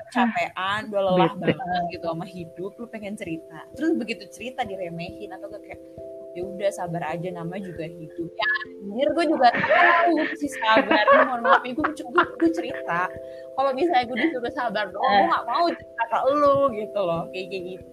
S2: kecapean, udah lelah
S1: Bete.
S2: banget gitu sama hidup, lu pengen cerita. Terus begitu cerita diremehin atau kayak ya udah sabar aja, namanya juga hidup. Ya anjir, gue juga tahu sih sabar. Mohon maaf, gue gue, gue cerita. Kalau misalnya gue disuruh sabar doang, gue nggak mau cerita ke lu gitu loh, kayak kayak gitu.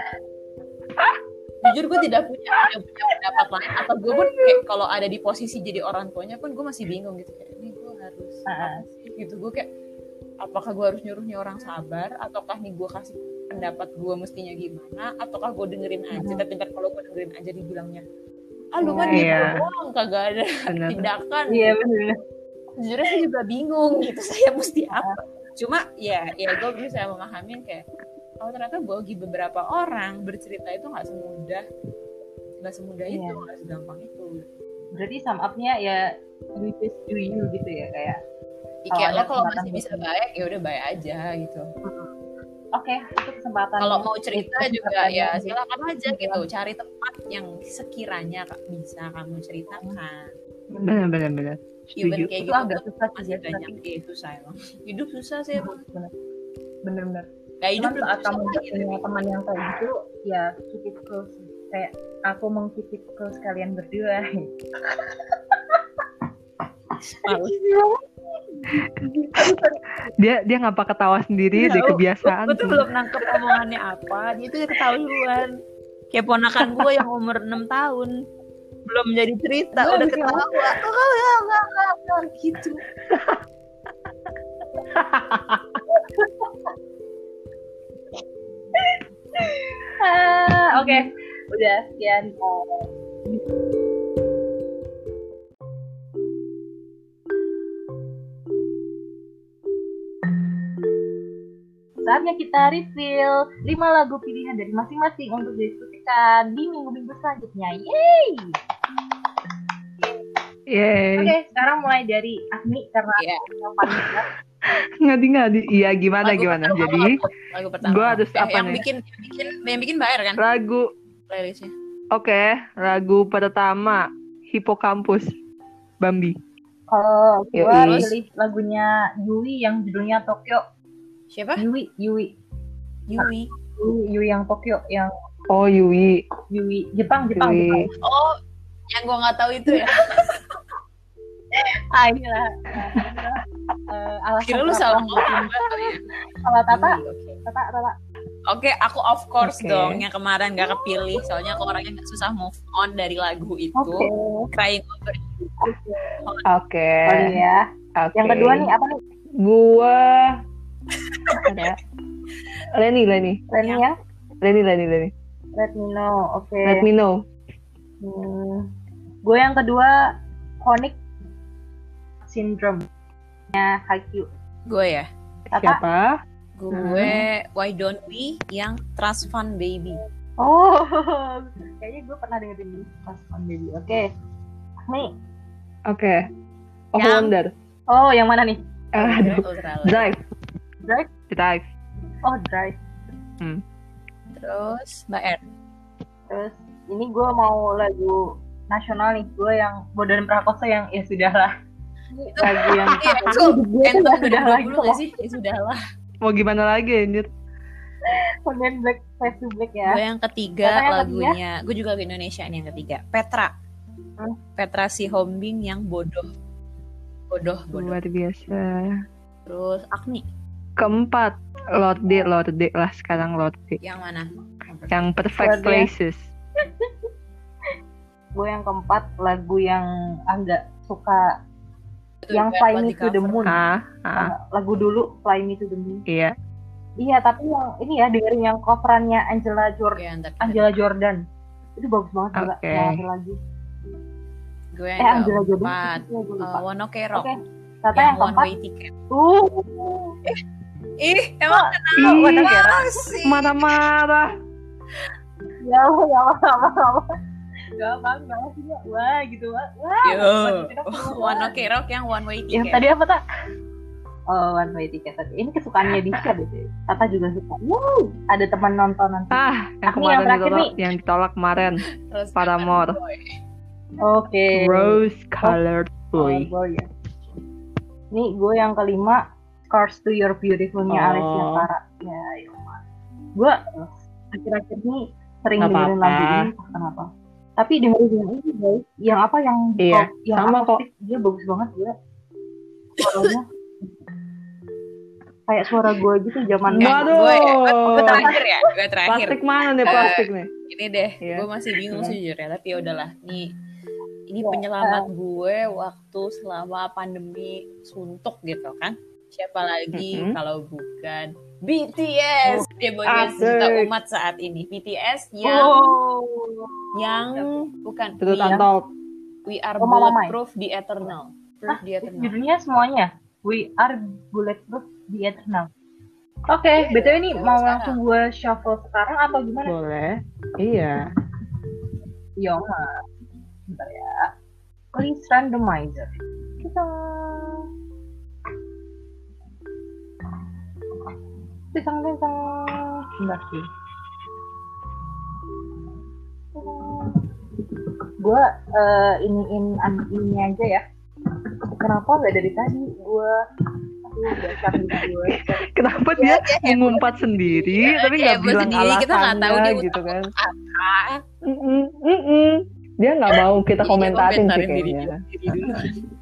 S2: Jujur gue tidak punya tidak punya pendapat lain, atau gue pun kayak kalau ada di posisi jadi orang tuanya pun gue masih bingung gitu, kayak ini gue harus apa sih gitu. Gue kayak apakah gue harus nyuruh nih orang sabar, ataukah nih gue kasih pendapat gue mestinya gimana, ataukah gue dengerin aja. Tapi ntar kalau gue dengerin aja dibilangnya ah lu kan gitu
S1: Iya.
S2: doang, kagak ada
S1: Bener.
S2: tindakan.
S3: Iya benar.
S2: Jujur saya juga bingung gitu, saya mesti apa. Cuma ya ya gue bisa memahami kayak oh ternyata bagi beberapa orang bercerita itu nggak semudah nggak semudah
S3: Iya.
S2: itu, nggak segampang itu.
S3: Berarti sum up-nya ya you just do you gitu ya, kayak
S2: Ya, kayak
S3: ada
S2: lo kalau
S3: kesempatan
S2: masih bisa
S3: buat-
S2: baik ya udah baik aja gitu.
S3: oke itu kesempatan.
S2: Kalau mau cerita
S3: itu
S2: juga
S3: kesempatan
S2: ya
S3: yang-
S2: silakan aja gitu, cari tempat yang sekiranya bisa kamu ceritakan.
S1: Benar benar benar.
S2: Even
S1: Setuju.
S2: kayak
S3: Itu
S2: gitu
S3: agak
S2: tuh
S3: susah sih,
S2: masih
S3: ya,
S2: banyak ya, susah emang. Hidup susah sih emang.
S3: Bener-bener.
S2: Kayak hidup
S3: Cuman saat
S2: susah
S3: kamu
S2: banget.
S3: punya teman yang kayak gitu, ya keep it close. Kayak aku mau keep it close kalian berdua.
S1: Dia dia ngapa ketawa sendiri deh,
S2: Tahu.
S1: kebiasaan.
S2: Gue tuh belum nangkep omongannya apa. Dia tuh udah ketawa duluan. Kayak ponakan gue yang umur enam tahun. Belum jadi cerita,
S3: Gue
S2: udah
S3: bisa
S2: ketawa. Oh, enggak, enggak, enggak, enggak, enggak, gitu.
S3: Ah, oke, udah sekian. uh, Saatnya kita reveal lima lagu pilihan dari masing-masing untuk didiskusikan di minggu-minggu selanjutnya. Yeay!
S1: Yeay.
S3: Oke, sekarang mulai dari Agni karena
S2: Iya.
S3: yang paling berat.
S1: Ngadi-ngadi. Iya, gimana
S2: Lagu
S1: gimana?
S2: pertama
S1: Jadi
S2: apa? Lagu pertama.
S1: gua harus
S2: Eh,
S1: apa
S2: yang
S1: nih?
S2: bikin yang bikin yang bikin bayar kan
S1: lagu
S2: playlistnya.
S1: oke, lagu pertama Hippocampus Bambi.
S3: Kalau gue
S1: Yoi.
S3: pilih lagunya Yui yang judulnya Tokyo.
S2: Siapa?
S3: Yui, Yui,
S2: Yui.
S3: Yui, Yui yang Tokyo, yang
S1: Oh, Yui.
S3: Yui Jepang, Jepang, Jepang.
S1: Yui.
S2: Oh, yang gua nggak tahu itu ya.
S3: Ah, inilah. Uh, alasan
S2: Kira lu
S3: kenapa
S2: salah
S3: bikin-
S2: ngomong kali ya.
S3: Kalau Tata,
S2: Yui, oke.
S3: Tata, Tata.
S2: Oke, aku of course
S1: Oke.
S2: dong yang kemarin gak kepilih. Soalnya aku orangnya gak susah move on dari lagu itu.
S3: Oke.
S2: Crying Over You.
S1: Oke.
S3: Oh iya.
S1: Oke.
S3: Yang kedua nih apa nih?
S1: Gua ada Lenny, Lenny.
S3: Reni ya?
S1: Lenny, Lenny, Lenny.
S3: Let me know. Oke.
S1: Let me know.
S3: Hmm. Gue yang kedua Chronic Syndrome nya Haikyuu.
S2: Gue ya.
S3: Tata?
S1: Siapa?
S2: Gue Why Don't We yang Trust Fund Baby.
S3: Oh, kayaknya gue pernah dengerin ini pas on baby. Oke. Nih.
S1: Oke. Oh,
S2: Yang-
S1: Wonder.
S3: Oh, yang mana nih?
S1: Aduh.
S2: Ultralight.
S1: Drive.
S3: Drive?
S1: Drive.
S3: Oh, Drive.
S2: Terus Mbak Er.
S3: Terus ini gue mau lagu nasional nih. Gue yang Bondan Prakoso yang ya sudahlah. Lagu yang
S2: Iya, itu
S3: gue tuh
S2: anthem
S3: gak sudah lagi
S2: dulu gak sih? Ya sudahlah.
S1: Mau gimana lagi, anjir?
S3: Bondan Black Face to Black ya.
S2: Gue yang ketiga
S3: Apa yang
S2: lagunya, gue juga ke Indonesia nih yang ketiga. Petra.
S3: Hmm.
S2: Petra Sihombing yang bodoh. Bodoh, bodoh.
S1: Luar biasa.
S2: Terus Agni.
S1: Keempat, Lord D, Lord D lah sekarang Lord D.
S2: Yang mana?
S1: Yang Perfect
S3: Lord D.
S1: Places.
S3: Gue yang keempat lagu yang agak suka
S2: Itu
S3: yang
S2: juga
S3: Fly
S2: buat
S3: Me
S2: di
S3: to the
S2: cover.
S3: Moon.
S1: Ah, ah,
S3: Uh, lagu dulu Fly Me to the Moon.
S1: iya.
S3: Iya, tapi yang ini ya dengerin yang coverannya Angela Jor
S2: Oke, ntar kita-
S3: Angela Jordan. Itu bagus banget juga.
S1: Oke.
S3: Yang satu lagi.
S2: Gue
S3: Eh,
S2: yang
S3: Angela Jordan.
S2: keempat.
S3: Iya, gue lupa.
S2: Uh, Wono Kero.
S3: Oke. Tata
S2: Yang
S3: yang
S2: One
S3: keempat.
S2: Way Ticket.
S3: Uh.
S2: Ih, emang
S3: Oh,
S1: Ih,
S3: Wono Kero.
S2: sih?
S1: marah-marah.
S3: Ya Allah, ya Allah, ya Allah, ya Allah. Gak apa, gak apa sih, Mbak. Wah, gitu, Mbak. Wah.
S2: Yo,
S3: Kita keluar.
S2: Wono Kero yang One Way
S3: Yang
S2: Ticket.
S3: tadi apa, Tak? Oh, One Way Ticket tadi. Ini kesukaannya Dika deh. Tata juga suka. Wow, ada teman nonton nanti.
S1: Ah, yang
S3: Aku
S1: kemarin
S3: yang terakhir
S1: ditolak,
S3: nih.
S1: yang ditolak kemarin.
S2: Terus
S1: Paramore.
S2: Boy.
S3: Oke.
S1: Rose Colored
S3: Oh,
S1: Boy.
S3: boy ya. Nih gue yang kelima Cars to Your Beautiful-nya
S1: Oh.
S3: Alessia Cara. Ya, ya. Gue akhir-akhir ini sering
S1: Nggak
S3: dengerin
S1: apa-apa.
S3: lagu ini, kenapa? Tapi dengerin yang ini guys, yang apa yang
S1: Iya,
S3: yang
S1: sama
S3: akustik, dia bagus banget dia. Suaranya kayak suara gue gitu zaman
S2: Eh,
S1: Waduh.
S2: gue gue terakhir ya, gue terakhir.
S1: Plastik mana nih
S2: Eh,
S1: plastik nih?
S2: Ini deh,
S1: Iya.
S2: gue masih bingung
S1: Iya.
S2: sejujurnya, tapi ya udahlah. Nih, ini
S3: Ya,
S2: penyelamat gue waktu selama pandemi suntuk gitu kan. Siapa lagi
S1: Mm-mm.
S2: kalau bukan B T S, dia boy band
S1: Asik.
S2: cinta umat saat ini. B T S yang
S3: Oh.
S2: yang bukan
S1: Terus
S2: We,
S1: tantol.
S2: We Are
S3: Oh, Mama Mai.
S2: Bulletproof the Eternal. Proof the Eternal.
S3: Judulnya semuanya We Are Bulletproof the Eternal. Oke, btw ini mau
S2: sekarang.
S3: langsung gue shuffle sekarang atau gimana?
S1: Boleh. Iya.
S3: Iya, mah. Bentar ya. Please randomizer. Kita. Pisang pisang. Bentar sih. Gue uh, iniin ini aja ya. Kenapa nggak dari tadi? Gue aduh dasar gue.
S1: Kenapa
S2: Iya,
S1: dia
S2: dia
S1: mengumpat sendiri
S2: Iya,
S1: tapi
S2: dia
S1: nggak
S2: heboh
S1: bilang
S2: sendiri, kita nggak tahu
S1: alasannya
S2: dia
S1: gitu kan?
S2: Apa?
S1: Mm-mm, mm-mm. Dia nggak mau kita
S2: Jadi dia
S1: komentarin sih
S2: komentarin diri
S1: kayaknya.
S2: diri dulu.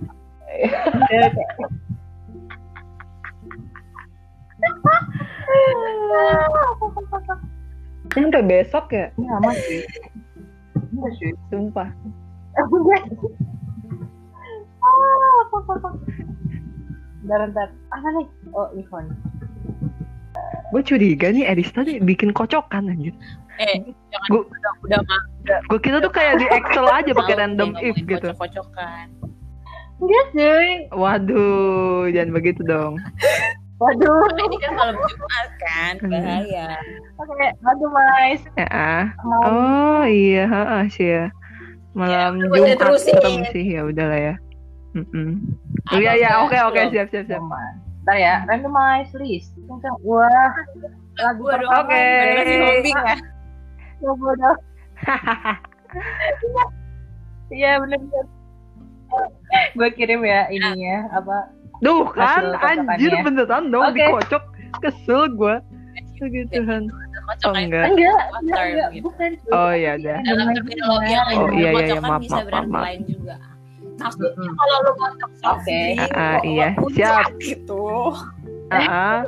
S1: Sampai besok ya,
S3: Ini aman sih. Enggak sih.
S1: sumpah.
S3: Bentar, bentar. Apa nih? Oh, iPhone.
S1: Gue curiga nih Edis tadi bikin kocokan anjir.
S2: Eh, jangan
S1: Gua-
S2: udah udah mah
S1: Gue kira tuh kayak di Excel aja pakai
S2: mau
S1: random
S2: nih
S1: if
S2: ngomongin
S1: gitu.
S2: kocok-kocokan.
S3: Enggak cuy.
S1: Waduh, jangan begitu dong.
S3: Waduh.
S2: Karena ini kan malam Jumat kan, bahaya.
S3: Oke, aduh mais.
S1: Ya, ah.
S3: Mau
S1: Oh iya, heeh sih ya. Malam
S2: Ya, udah,
S1: Jumat
S2: terusin.
S1: serem sih ya udahlah ya. Mm-mm. Oh, iya ya, oke oke siap siap siap.
S3: Cuman. Bentar ya, randomize list. Kencang. Wah, lagu
S2: Gua dong,
S1: Oke.
S2: beneran si hobbing ya.
S3: Ya bodoh. Iya bener bener. Gue kirim ya ininya apa?
S1: Duh kan,
S3: Hasil kocokannya.
S1: anjir beneran dong
S3: Oke.
S1: dikocok. Kesel gue. Begituan.
S2: Kocok
S1: Oh,
S2: aja.
S1: enggak.
S3: Enggak,
S2: Term
S3: enggak, enggak,
S2: gitu.
S3: bukan.
S1: Oh iya dah.
S2: Dalam terminologi yang lain,
S1: Oh, iya, iya, iya,
S2: kocokan
S1: maaf,
S2: bisa
S1: maaf,
S2: brand
S1: maaf.
S2: lain juga. Maksudnya
S3: Mm-mm.
S2: kalau lu kocok soft
S3: Oke.
S2: drink,
S1: Ah, ah,
S2: lo- lo
S1: iya.
S2: puncak
S1: Siap.
S2: gitu.
S1: Ah,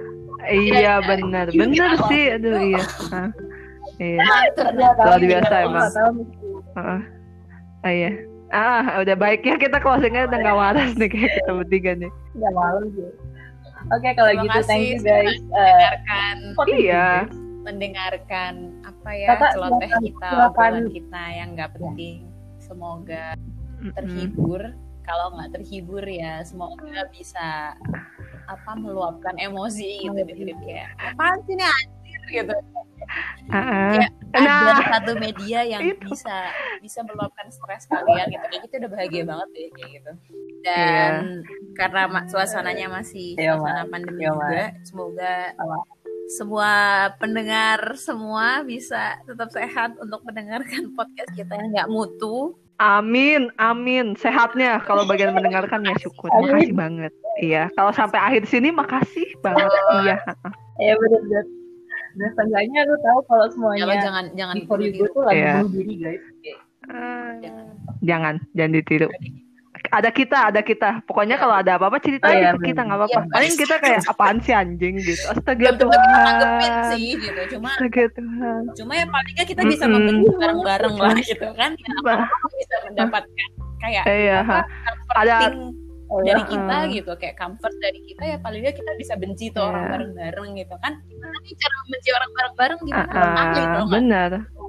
S1: iya benar, benar sih, aduh iya. Ah, iya. Luar biasa emang. Ah, ah, iya. Ah, udah baiknya kita closingnya udah nggak waras nih kayak kita bertiga nih.
S3: Enggak malu sih. Oke, kalau
S2: Terima
S3: gitu thank you
S2: kasih
S3: guys.
S2: sudah
S3: Eh,
S2: mendengarkan
S1: Iya.
S2: mendengarkan apa ya
S3: Kakak,
S2: celoteh
S3: silakan,
S2: kita,
S3: silakan.
S2: obrolan kita yang nggak penting. Semoga
S1: Mm-mm.
S2: terhibur. Kalau nggak terhibur ya semoga bisa apa meluapkan emosi gitu di kayak apaan sih ini anjir gitu.
S1: Ah, ah.
S2: Kayak
S1: Nah.
S2: ada satu media yang
S1: Itu.
S2: bisa bisa meluapkan stres kalian gitu. Kayak gitu udah bahagia banget deh kayak gitu. Dan karena ma- suasananya masih
S3: Iya,
S2: suasana
S3: Mas.
S2: pandemi
S3: Iya,
S2: juga, semoga
S3: Sama.
S2: semua pendengar semua bisa tetap sehat untuk mendengarkan podcast kita yang nggak mutu.
S1: Amin, amin. Sehatnya kalau bagian mendengarkan ya syukur. Makasih banget. Iya, kalau sampai akhir sini makasih banget. Iya.
S3: Ya bener-bener. Dan seenggaknya lu tahu kalau semuanya
S2: Kalau jangan jangan
S3: before you
S2: ditiru.
S3: go tuh lagi
S1: Iya.
S3: bunuh diri guys. Oke.
S1: Ah, jangan, jangan ditiru. Ada kita, ada kita. Pokoknya
S2: Ya.
S1: kalau ada apa-apa cerita
S3: Oh, iya,
S1: ke kita nggak apa-apa.
S2: Iya,
S1: Paling
S2: Mas.
S1: kita kayak apaan sih anjing gitu. Astaga
S2: Belum tentu kita tanggepin
S1: Tuhan.
S2: sih gitu. Cuma
S1: Astaga Tuhan.
S2: cuma ya paling nggak kita bisa
S1: Mm-mm.
S2: membenci bareng-bareng lah gitu kan. Ya,
S1: Bah.
S2: apa bisa mendapatkan kayak
S1: Iya,
S2: apa,
S1: Ada-
S2: comforting
S3: Oh,
S2: dari
S3: ya.
S2: kita
S1: Uh-uh.
S2: gitu, kayak comfort dari kita ya paling nggak kita bisa benci tuh
S1: Iya.
S2: orang bareng-bareng gitu kan. Gimana nih cara membenci orang bareng-bareng
S1: Ah,
S2: gimana?
S1: ah,
S2: Ahli tau nggak?
S1: benar.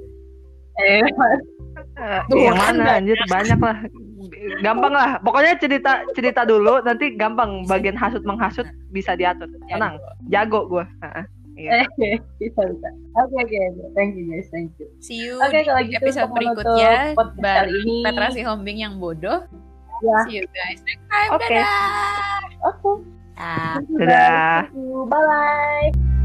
S3: Eh,
S1: Eh,
S2: Tuh,
S1: yang
S2: kan
S1: mana anjir banyak lah. Gampang lah. Pokoknya cerita cerita dulu nanti gampang bagian hasut menghasut bisa diatur. Tenang. Jago gue. Iya.
S3: eh, bisa bisa. Oke oke. Thank you guys, thank you.
S2: See you
S3: Oke,
S2: di
S3: kalau gitu
S2: episode
S3: untuk menutup
S2: berikutnya
S3: podcast
S2: bareng
S3: kali ini.
S2: Petra si Hombing yang bodoh.
S3: Ya.
S2: See you guys next time.
S1: Oke.
S2: Dadah.
S3: Oke.
S2: Ah.
S3: Thank you,
S1: Dadah.
S3: guys. Thank you. Bye bye.